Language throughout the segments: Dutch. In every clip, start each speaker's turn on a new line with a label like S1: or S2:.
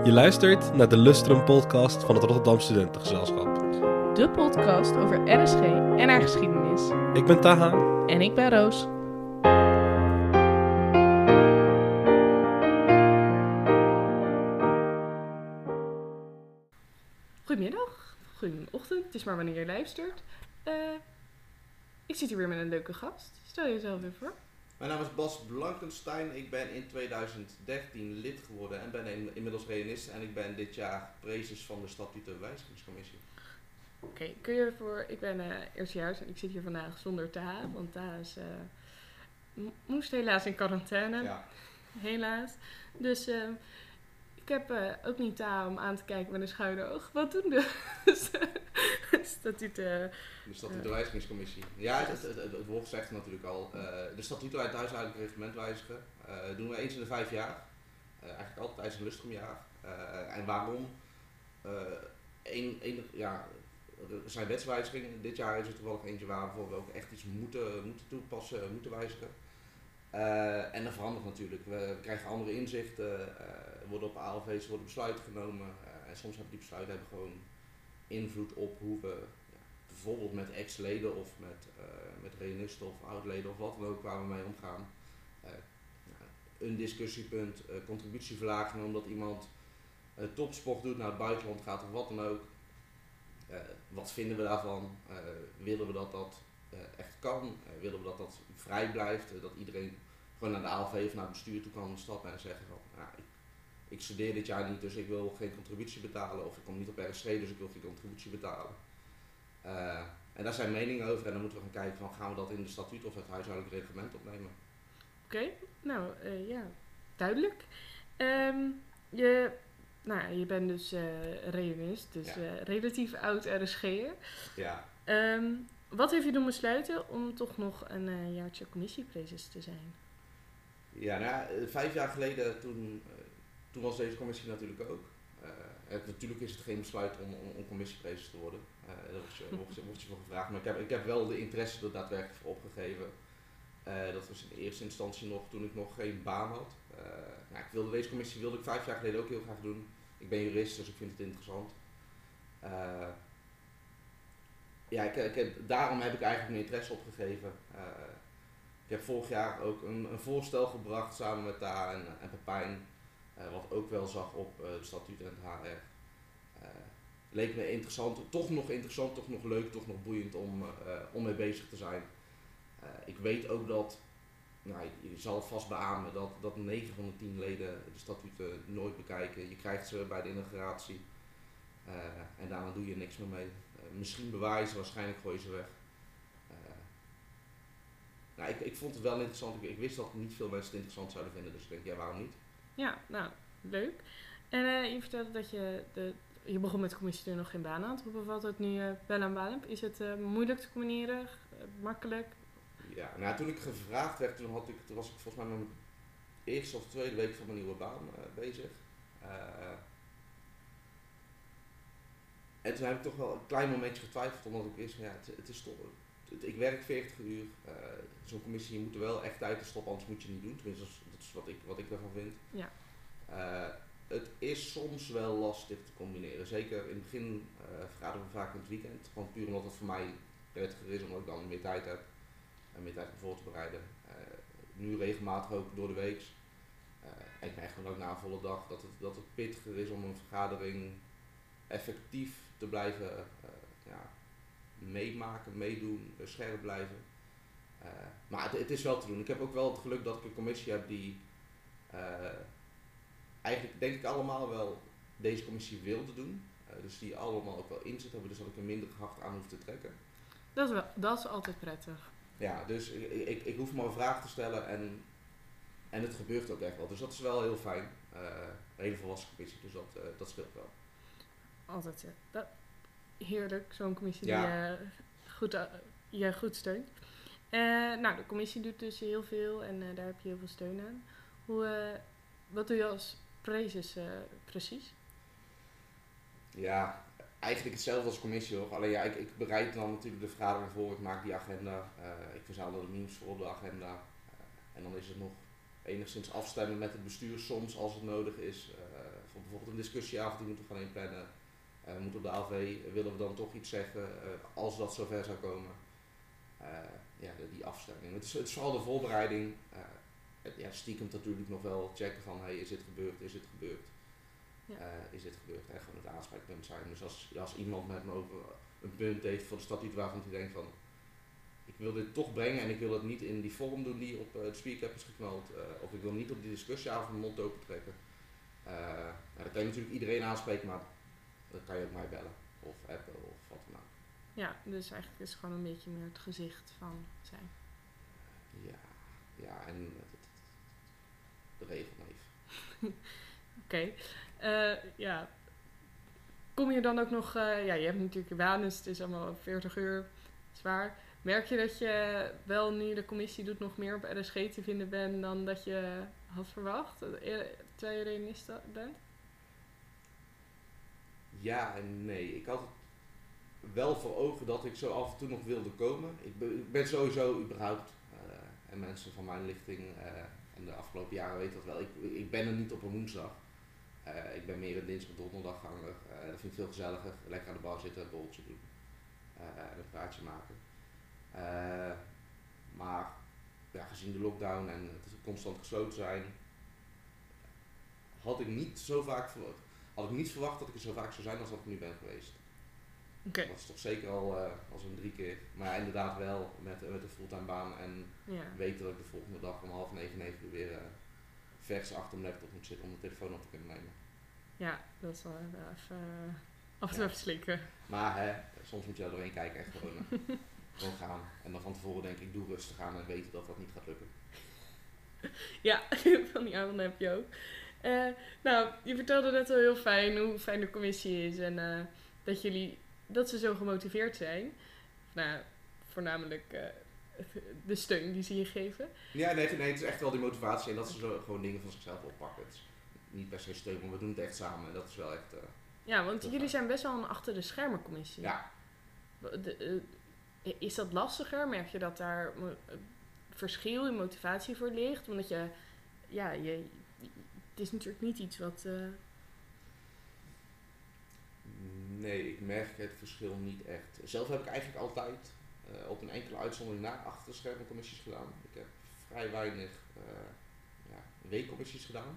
S1: Je luistert naar de Lustrum podcast van het Rotterdam Studentengezelschap.
S2: De podcast over RSG en haar geschiedenis.
S1: Ik ben Taha.
S2: En ik ben Roos. Goedemiddag, goedeochtend, het is maar wanneer je luistert. Ik zit hier weer met een leuke gast. Stel jezelf even voor.
S3: Mijn naam is Bas Blankenstein. Ik ben in 2013 lid geworden en ben inmiddels reënist. En ik ben dit jaar prezes van de statuten wijzigingscommissie.
S2: Oké, kun je ervoor... Ik ben eerstejaars en ik zit hier vandaag zonder Taha. Want Taha moest helaas in quarantaine.
S3: Ja.
S2: Helaas. Dus ik heb ook niet Taha om aan te kijken met een schuine oog. Wat doen de statuten?
S3: De statuten wijzigingscommissie. Ja, het woord zegt het natuurlijk al. De statuten uit het huishoudelijk reglement wijzigen doen we eens in de 5 jaar. Eigenlijk altijd tijdens een lustrumjaar. En waarom? Er zijn wetswijzigingen. Dit jaar is er toevallig eentje waarvoor we ook echt iets moeten toepassen, moeten wijzigen. En dat verandert natuurlijk. We krijgen andere inzichten, worden op ALV's besluiten genomen. En soms hebben die besluiten gewoon invloed op hoe we bijvoorbeeld met ex-leden of met reënisten of oud-leden of wat dan ook waar we mee omgaan. Een discussiepunt, contributieverlaging omdat iemand topsport doet, naar het buitenland gaat of wat dan ook. Wat vinden we daarvan? Willen we dat dat echt kan? Willen we dat dat vrij blijft? Dat iedereen gewoon naar de ALV of naar het bestuur toe kan stappen en zeggen van ik studeer dit jaar niet, dus ik wil geen contributie betalen. Of ik kom niet op RSG, dus ik wil geen contributie betalen. En daar zijn meningen over en dan moeten we gaan kijken van gaan we dat in de statuut of het huishoudelijk reglement opnemen.
S2: Oké, nou ja, duidelijk. Je bent dus reënist, dus relatief oud RSG'er.
S3: Ja.
S2: Wat heeft je doen besluiten om toch nog een jaartje commissieprezes te zijn?
S3: Ja, 5 jaar geleden toen was deze commissie natuurlijk ook. Natuurlijk is het geen besluit om commissieprezes te worden. Daar wordt je voor gevraagd. Maar ik heb wel de interesse er daadwerkelijk voor opgegeven. Dat was in eerste instantie nog toen ik nog geen baan had. Deze commissie wilde ik 5 jaar geleden ook heel graag doen. Ik ben jurist, dus ik vind het interessant. Daarom heb ik eigenlijk mijn interesse opgegeven. Ik heb vorig jaar ook een voorstel gebracht samen met Taha en Pepijn. Wat ook wel zag op de statuten en het HR. Leek me interessant, toch nog leuk, toch nog boeiend om mee bezig te zijn. Ik weet ook dat, je zal het vast beamen, dat 9 van de 10 leden de statuten nooit bekijken. Je krijgt ze bij de inauguratie en daarna doe je niks meer mee. Misschien bewaar je ze, waarschijnlijk gooi je ze weg. Ik vond het wel interessant. Ik wist dat niet veel mensen het interessant zouden vinden, dus ik denk, waarom niet?
S2: Ja, nou, leuk. En je vertelde dat je begon met de commissie toen nog geen baan had. Hoe bevalt het nu wel aan baan? Is het moeilijk te combineren? Makkelijk?
S3: Ja, toen ik gevraagd werd, toen was ik volgens mij met mijn eerste of tweede week van mijn nieuwe baan bezig. En toen heb ik toch wel een klein momentje getwijfeld, omdat ik wist van het is toch... Ik werk 40 uur. Zo'n commissie moet er wel echt uit te stoppen, anders moet je het niet doen. Tenminste, dat is wat ik daarvan vind.
S2: Ja.
S3: Het is soms wel lastig te combineren. Zeker in het begin vergaderen we vaak in het weekend. Gewoon puur omdat het voor mij prettiger is, omdat ik dan meer tijd heb. En meer tijd om voor te bereiden. Nu regelmatig ook door de week. Ik merk gewoon ook na een volle dag dat het pittiger is om een vergadering effectief te blijven meemaken, meedoen, scherp blijven. Maar het is wel te doen. Ik heb ook wel het geluk dat ik een commissie heb die eigenlijk denk ik allemaal wel deze commissie wilde doen. Dus die allemaal ook wel inzet hebben, dus dat ik er minder hard aan hoef te trekken.
S2: Dat is altijd prettig.
S3: Ja, dus ik hoef maar een vraag te stellen en het gebeurt ook echt wel. Dus dat is wel heel fijn. Een hele volwassen commissie, dus dat scheelt wel.
S2: Altijd, ja. Heerlijk, zo'n commissie die je goed steunt. De commissie doet dus heel veel en daar heb je heel veel steun aan. Wat doe je als prezes precies?
S3: Ja, eigenlijk hetzelfde als commissie hoor. Alleen ik bereid dan natuurlijk de vergadering voor, ik maak die agenda, ik verzamel de memes voor op de agenda. En dan is het nog enigszins afstemmen met het bestuur soms als het nodig is. voor bijvoorbeeld een discussieavond die moeten we gaan inplannen. We moeten op de ALV, willen we dan toch iets zeggen als dat zover zou komen. Die afstemming. Het is vooral de voorbereiding. Stiekem natuurlijk nog wel checken van hey, is dit gebeurd, is dit gebeurd.
S2: Ja.
S3: Is dit gebeurd? Gewoon het aanspreekpunt zijn. Dus als iemand met me over een punt heeft voor de statuut waarvan hij denkt van ik wil dit toch brengen en ik wil het niet in die vorm doen die op de speakercap is geknald. Of ik wil niet op die discussieavond mijn mond open trekken. Dan kan je natuurlijk iedereen aanspreken, maar dan kan je ook mij bellen of appen of wat dan ook.
S2: Ja, dus eigenlijk is het gewoon een beetje meer het gezicht van zijn.
S3: Ja, en de regelneef.
S2: Oké. Kom je dan ook nog, je hebt natuurlijk je baan, dus het is allemaal 40 uur, zwaar. Merk je dat je wel nu de commissie doet nog meer op RSG te vinden bent dan dat je had verwacht, terwijl je realist bent?
S3: Ja en nee. Ik had het wel voor ogen dat ik zo af en toe nog wilde komen. Ik ben sowieso überhaupt, en mensen van mijn lichting en de afgelopen jaren weten dat wel, ik ben er niet op een woensdag. Ik ben meer een dinsdag donderdagganger. Dat vind ik veel gezelliger. Lekker aan de bar zitten, een borreltje doen en een praatje maken. Maar ja, gezien de lockdown en het constant gesloten zijn, had ik niet verwacht dat ik er zo vaak zou zijn als dat ik nu ben geweest.
S2: Okay.
S3: Dat is toch zeker al als een 3 keer. Maar ja, inderdaad wel met een fulltime baan en weten dat ik de volgende dag om 8:30, 9 uur weer vers achter mijn laptop moet zitten om de telefoon op te kunnen nemen.
S2: Ja, dat is wel even af en toe even slikken.
S3: Maar soms moet je er doorheen kijken en gewoon gaan. En dan van tevoren denk ik doe rustig aan en weten dat dat niet gaat lukken.
S2: Ja, van die avonden heb je ook. Je vertelde net al heel fijn hoe fijn de commissie is en dat ze zo gemotiveerd zijn. Nou, voornamelijk de steun die ze je geven.
S3: Ja, nee, het is echt wel die motivatie en dat ze zo gewoon dingen van zichzelf oppakken. Het is niet per se steun, maar we doen het echt samen en dat is wel echt...
S2: ja, want jullie zijn best wel een achter de schermen commissie.
S3: Ja.
S2: Is dat lastiger? Merk je dat daar verschil in motivatie voor ligt? Omdat het is natuurlijk niet iets wat...
S3: Nee, ik merk het verschil niet echt. Zelf heb ik eigenlijk altijd op een enkele uitzondering na achter de schermen commissies gedaan. Ik heb vrij weinig weekcommissies gedaan.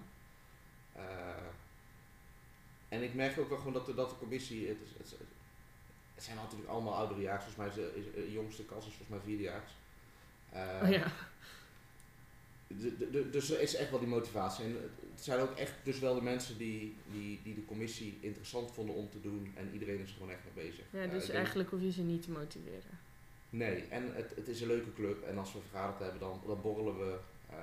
S3: En ik merk ook wel gewoon dat de commissie, het zijn natuurlijk allemaal ouderejaars, volgens mij is de jongste klas is volgens mij 4-jaars. Dus er is echt wel die motivatie. En het zijn ook echt dus wel de mensen die de commissie interessant vonden om te doen en iedereen is er gewoon echt mee bezig.
S2: Ja, dus eigenlijk hoef je ze niet te motiveren.
S3: Nee, en het is een leuke club en als we vergaderd hebben dan borrelen we.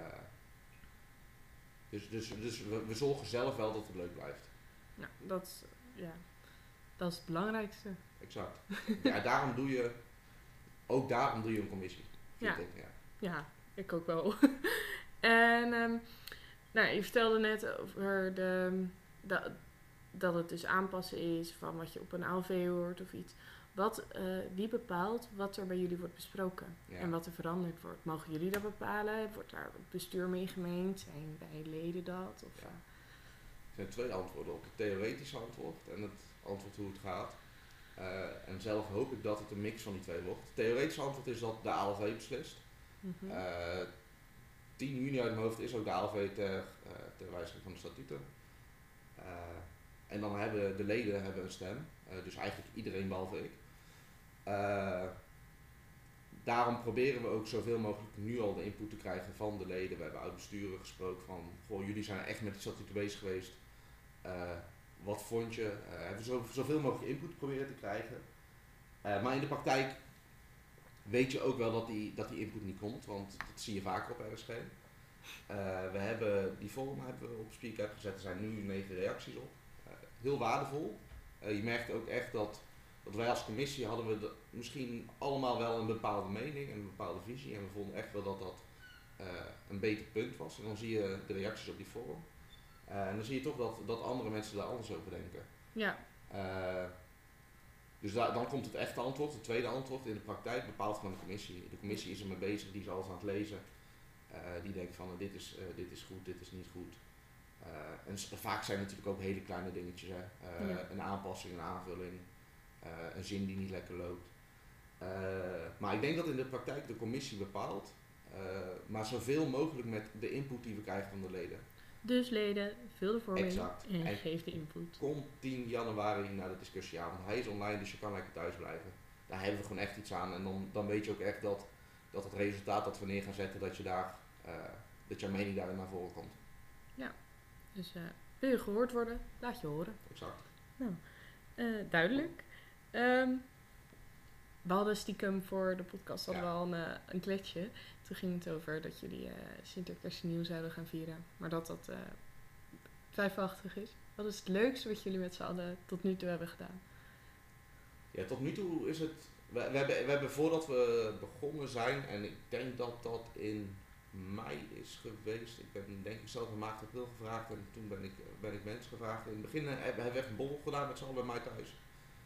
S3: Dus we zorgen zelf wel dat het leuk blijft.
S2: Nou, dat is het belangrijkste.
S3: Exact. Ja, daarom doe je een commissie.
S2: Ja, ik ook wel. En je vertelde net over dat het dus aanpassen is van wat je op een ALV hoort of iets. Wie bepaalt wat er bij jullie wordt besproken en wat er veranderd wordt? Mogen jullie dat bepalen? Wordt daar het bestuur mee gemeend? Zijn wij leden dat? Of,
S3: Er zijn 2 antwoorden op. Het theoretische antwoord en het antwoord hoe het gaat. En zelf hoop ik dat het een mix van die 2 wordt. Het theoretische antwoord is dat de ALV beslist. 10 juni uit mijn hoofd is ook de ALV ter wijziging van de statuten. En dan hebben de leden een stem. Dus eigenlijk iedereen behalve ik. Daarom proberen we ook zoveel mogelijk nu al de input te krijgen van de leden. We hebben oud-besturen gesproken van, goh, jullie zijn echt met die statuten bezig geweest. Wat vond je? Hebben we zoveel mogelijk input proberen te krijgen. Maar in de praktijk weet je ook wel dat die input niet komt, want dat zie je vaker op RSG. We hebben die forum op Speakup gezet, er zijn nu 9 reacties op. Heel waardevol. Je merkt ook echt dat wij als commissie hadden we misschien allemaal wel een bepaalde mening en een bepaalde visie. En we vonden echt wel dat een beter punt was. En dan zie je de reacties op die forum. En dan zie je toch dat andere mensen daar anders over denken.
S2: Ja.
S3: Dus dan komt het echte antwoord, het tweede antwoord in de praktijk, bepaald van de commissie. De commissie is ermee bezig, die is alles aan het lezen. Die denkt van dit is goed, dit is niet goed. En vaak zijn het natuurlijk ook hele kleine dingetjes. Hè? Een aanpassing, een aanvulling, een zin die niet lekker loopt. Maar ik denk dat in de praktijk de commissie bepaalt, maar zoveel mogelijk met de input die we krijgen van de leden.
S2: Dus leden, vul de vorm in
S3: Exact.
S2: en geef de input.
S3: Kom 10 januari naar de discussieavond. Hij is online, dus je kan lekker thuis blijven. Daar hebben we gewoon echt iets aan. En dan weet je ook echt dat het resultaat dat we neer gaan zetten, dat jouw mening daarin naar voren komt.
S2: Ja, dus wil je gehoord worden, laat je horen.
S3: Exact.
S2: Nou, duidelijk. We hadden stiekem voor de podcast al een kletsje. Toen ging het over dat jullie Sinterklaas zouden gaan vieren. Maar dat twijfelachtig is. Wat is het leukste wat jullie met z'n allen tot nu toe hebben gedaan?
S3: Ja, tot nu toe is het... We hebben voordat we begonnen zijn, en ik denk dat dat in mei is geweest. Ik ben denk ik zelf in maart april gevraagd en toen ben ik mensen gevraagd. In het begin hebben we echt een borrel gedaan met z'n allen bij mij thuis.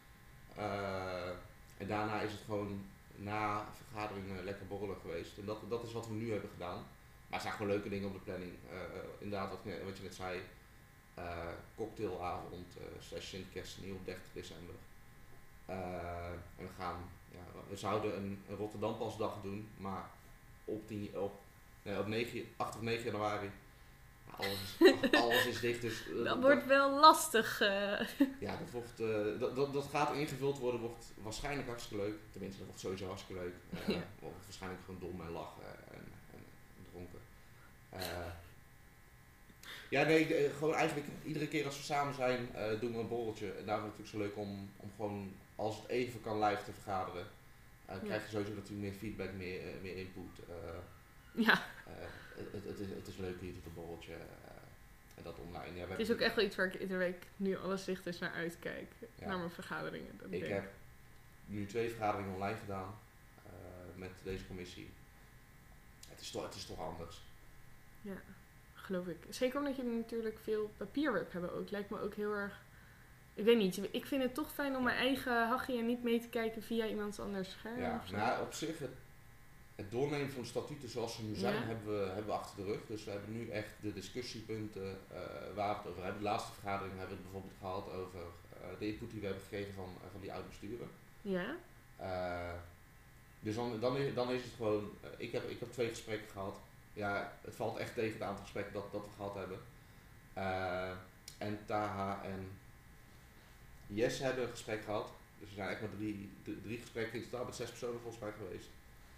S3: En daarna is het gewoon na vergaderingen lekker borrelen geweest. En dat is wat we nu hebben gedaan. Maar er zijn gewoon leuke dingen op de planning. Inderdaad, wat je net zei. Cocktailavond, Sint-Kerstnieuw op 30 december. En we zouden een Rotterdampasdag doen, maar op 8 of 9 januari. Alles is dicht, dus...
S2: dat wordt wel lastig.
S3: Ja, dat gaat ingevuld worden, wordt waarschijnlijk hartstikke leuk. Tenminste, dat wordt sowieso hartstikke leuk. Wordt waarschijnlijk gewoon dom en lachen en dronken. Gewoon eigenlijk iedere keer als we samen zijn, doen we een borreltje. En daarom is het natuurlijk zo leuk om gewoon, als het even kan, live te vergaderen. Krijg je sowieso natuurlijk meer feedback, meer input. Het is leuk, je doet een borreltje. En dat online. Ja,
S2: het is ook echt wel iets waar ik iedere week nu alles zicht is naar uitkijk. Naar mijn vergaderingen.
S3: Ik heb nu 2 vergaderingen online gedaan. Met deze commissie. Het is toch anders.
S2: Ja, geloof ik. Zeker omdat jullie natuurlijk veel papierwerk hebben ook. Lijkt me ook heel erg... Ik weet niet, ik vind het toch fijn om mijn eigen hachje niet mee te kijken via iemand anders scherm.
S3: Ja, nou op zich, het doornemen van statuten zoals ze nu zijn, hebben we achter de rug. Dus we hebben nu echt de discussiepunten waar we het over hebben. De laatste vergadering hebben we het bijvoorbeeld gehad over de input die we hebben gekregen van die oude besturen.
S2: Ja.
S3: Dus dan is het gewoon, ik heb 2 gesprekken gehad. Ja, het valt echt tegen het aantal gesprekken dat we gehad hebben. En Taha en Jess hebben een gesprek gehad. Dus er zijn echt maar drie gesprekken in totaal met 6 personen volgens mij geweest.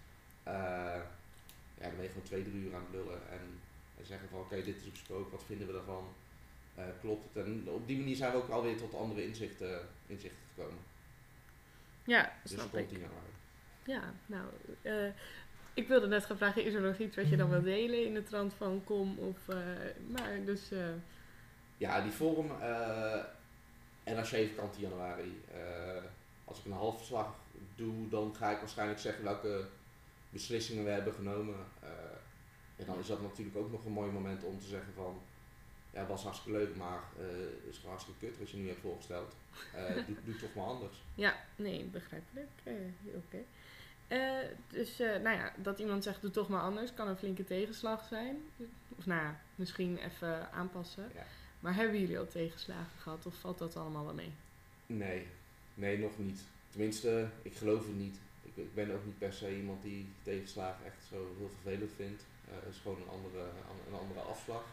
S3: Dan ben je gewoon 2-3 uur aan het lullen en zeggen van oké, dit is besproken, wat vinden we daarvan? Klopt het? En op die manier zijn we ook alweer tot andere inzichten gekomen.
S2: Ja,
S3: dus
S2: snap
S3: komt
S2: ik.
S3: 10 januari.
S2: Ja, nou, ik wilde net gaan vragen, is er nog iets wat je dan wil delen in de trant van kom of, maar dus...
S3: Ja, die forum, en als je even kan 10 januari, als ik een half verslag doe, dan ga ik waarschijnlijk zeggen welke beslissingen we hebben genomen. En dan is dat natuurlijk ook nog een mooi moment om te zeggen van, ja, het was hartstikke leuk, maar het is gewoon hartstikke kut wat je nu hebt voorgesteld. Doe toch maar anders.
S2: Ja, nee, begrijpelijk. Oké. Dus dat iemand zegt, doe toch maar anders, kan een flinke tegenslag zijn. Of misschien even aanpassen.
S3: Ja.
S2: Maar hebben jullie al tegenslagen gehad of valt dat allemaal wel mee?
S3: Nee, nog niet. Tenminste, ik geloof het niet. Ik ben ook niet per se iemand die tegenslagen echt zo heel vervelend vindt. Het is gewoon een andere afslag.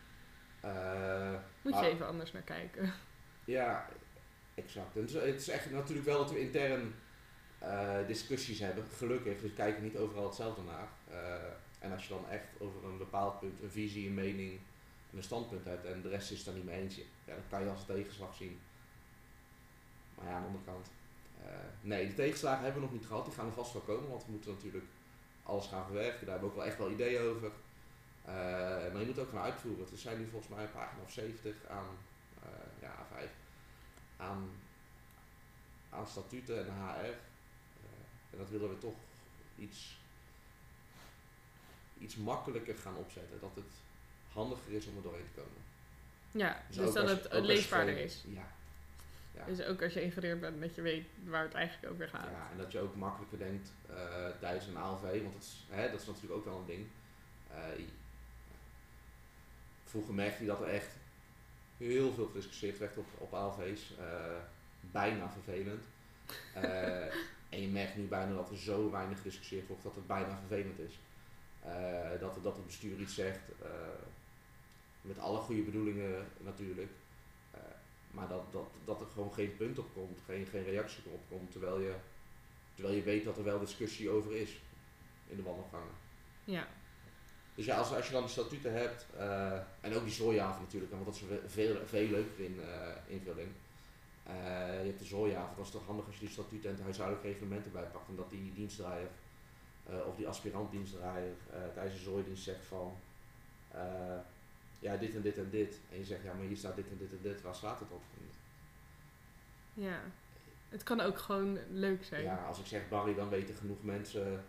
S2: Moet je even anders naar kijken.
S3: Ja, exact. En het is echt natuurlijk wel dat we intern discussies hebben. Gelukkig, dus we kijken niet overal hetzelfde naar. En als je dan echt over een bepaald punt een visie, een mening en een standpunt hebt en de rest is het daar niet mee eens, ja, dan kan je als een tegenslag zien. Maar ja, aan de andere kant. Nee, de tegenslagen hebben we nog niet gehad. Die gaan er vast wel komen, want we moeten natuurlijk alles gaan verwerken. Daar hebben we ook wel echt wel ideeën over. Maar je moet ook gaan uitvoeren. Er zijn nu volgens mij een pagina of 70 aan A5 aan statuten en HR. En dat willen we toch iets makkelijker gaan opzetten. Dat het handiger is om er doorheen te komen.
S2: Ja, dus dat het leesbaarder is.
S3: Ja.
S2: Dus ook als je ingereerd bent, dat je weet waar het eigenlijk over gaat.
S3: Ja, en dat je ook makkelijker denkt tijdens een ALV, want dat is natuurlijk ook wel een ding. Vroeger merkte je dat er echt heel veel gediscussieerd werd op ALV's. Bijna vervelend. En je merkt nu bijna dat er zo weinig gediscussieerd wordt dat het bijna vervelend is. Dat het bestuur iets zegt, met alle goede bedoelingen natuurlijk. Maar dat er gewoon geen punt op komt, geen reactie op komt, terwijl je weet dat er wel discussie over is in de wandelgangen.
S2: Ja.
S3: Dus ja, als je dan die statuten hebt, en ook die zorgjaven natuurlijk, want dat is veel leuker in invulling. Je hebt de zorgjaven, dat is toch handig als je die statuten en de huishoudelijke reglementen bijpakt en dat die dienstdraaier of die aspirant-dienstdraaier tijdens de zorgdienst zegt van ja, dit en dit en dit. En je zegt ja, maar hier staat dit en dit en dit, waar slaat het op?
S2: Ja, het kan ook gewoon leuk zijn.
S3: Ja, als ik zeg Barry, dan weten genoeg mensen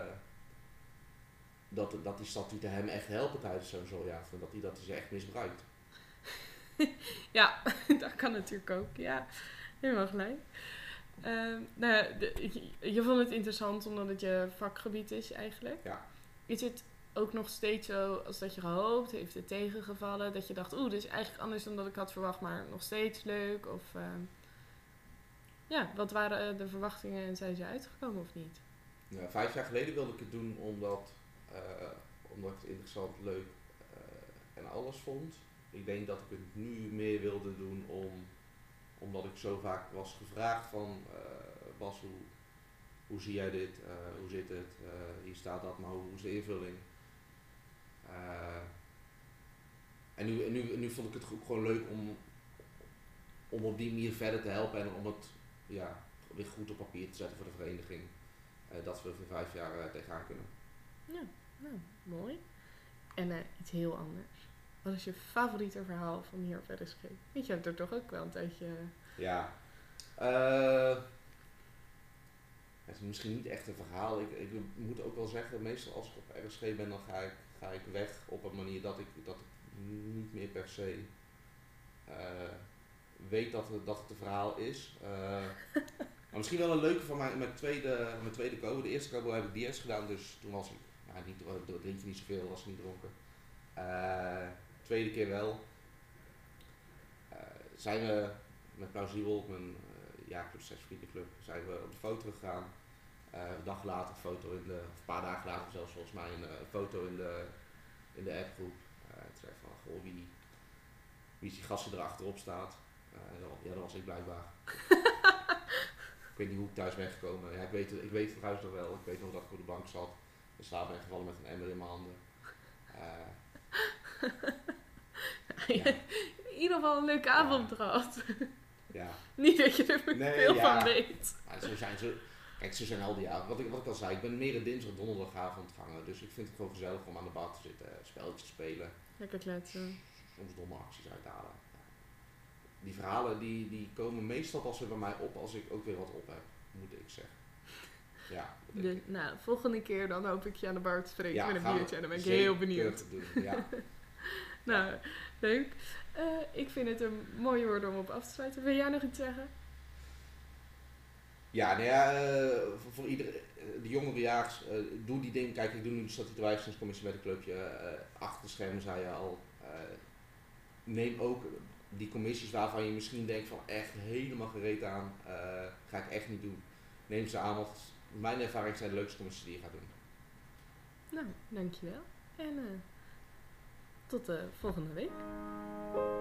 S3: dat die statuten hem echt helpen tijdens zo'n zorgjaar. En dat hij ze echt misbruikt.
S2: Ja, dat kan natuurlijk ook. Ja, helemaal gelijk. Nou, je vond het interessant omdat het je vakgebied is eigenlijk.
S3: Ja.
S2: Is het ook nog steeds zo als dat je gehoopt? Heeft het tegengevallen? Dat je dacht, dit is eigenlijk anders dan dat ik had verwacht, maar nog steeds leuk? Of ja, wat waren de verwachtingen en zijn ze uitgekomen of niet?
S3: Ja, 5 jaar geleden wilde ik het doen omdat ik het interessant, leuk en alles vond. Ik denk dat ik het nu meer wilde doen omdat ik zo vaak was gevraagd van Bas, hoe zie jij dit? Hoe zit het? Hier staat dat, maar hoe is de invulling? En nu vond ik het ook gewoon leuk om op die manier verder te helpen en om het weer goed op papier te zetten voor de vereniging. Dat we voor 5 jaar tegenaan kunnen.
S2: Ja, nou, mooi. En iets heel anders. Wat is je favoriete verhaal van hier op RSG? Weet je, hebt er toch ook wel een tijdje...
S3: Ja. Het is misschien niet echt een verhaal. Ik moet ook wel zeggen, meestal als ik op RSG ben, dan ga ik weg op een manier dat ik niet meer per se weet dat het een verhaal is. Maar misschien wel een leuke van mijn tweede kobo. De eerste kobo heb ik DS gedaan, dus toen was ik, drink je niet zoveel, was ik niet dronken. Tweede keer wel. Zijn we met Plausibel op mijn jaarclub 6 Vriendenclub zijn we op de foto gegaan. Een dag later een foto of een paar dagen later zelfs volgens mij een foto in de appgroep. Toen zei ik van, goh, wie is die gast die erachterop staat? Dat was ik blijkbaar. Ik weet niet hoe ik thuis ben gekomen. Ja, ik weet het trouwens nog wel. Ik weet nog dat ik op de bank zat. In slaap ben gevallen met een emmer in mijn handen.
S2: Ja. In ieder geval een leuke avond gehad.
S3: Ja.
S2: Niet dat je er veel van weet.
S3: Maar zo zijn al die jaren. Wat ik al zei, ik ben meer een dinsdag donderdagavond ganger. Dus ik vind het gewoon gezellig om aan de bar te zitten, spelletjes te spelen.
S2: Lekker kletsen.
S3: Soms domme acties uithalen. Die verhalen die komen meestal pas weer bij mij op als ik ook weer wat op heb, moet ik zeggen. Ja,
S2: nou, volgende keer dan hoop ik je aan de bar te spreken met een biertje en dan ben ik
S3: zeker
S2: heel benieuwd.
S3: Doen, ja.
S2: Nou, leuk. Ik vind het een mooie woord om op af te sluiten. Wil jij nog iets zeggen?
S3: Ja, voor iedereen, de jongerejaars, doe die dingen. Kijk, ik doe nu de statutiewijzigingscommissie bij de clubje. Achter de schermen zei je al, neem ook die commissies waarvan je misschien denkt van echt helemaal gereed aan, ga ik echt niet doen. Neem ze aan, want mijn ervaring zijn de leukste commissies die je gaat doen.
S2: Nou, dankjewel. En tot de volgende week.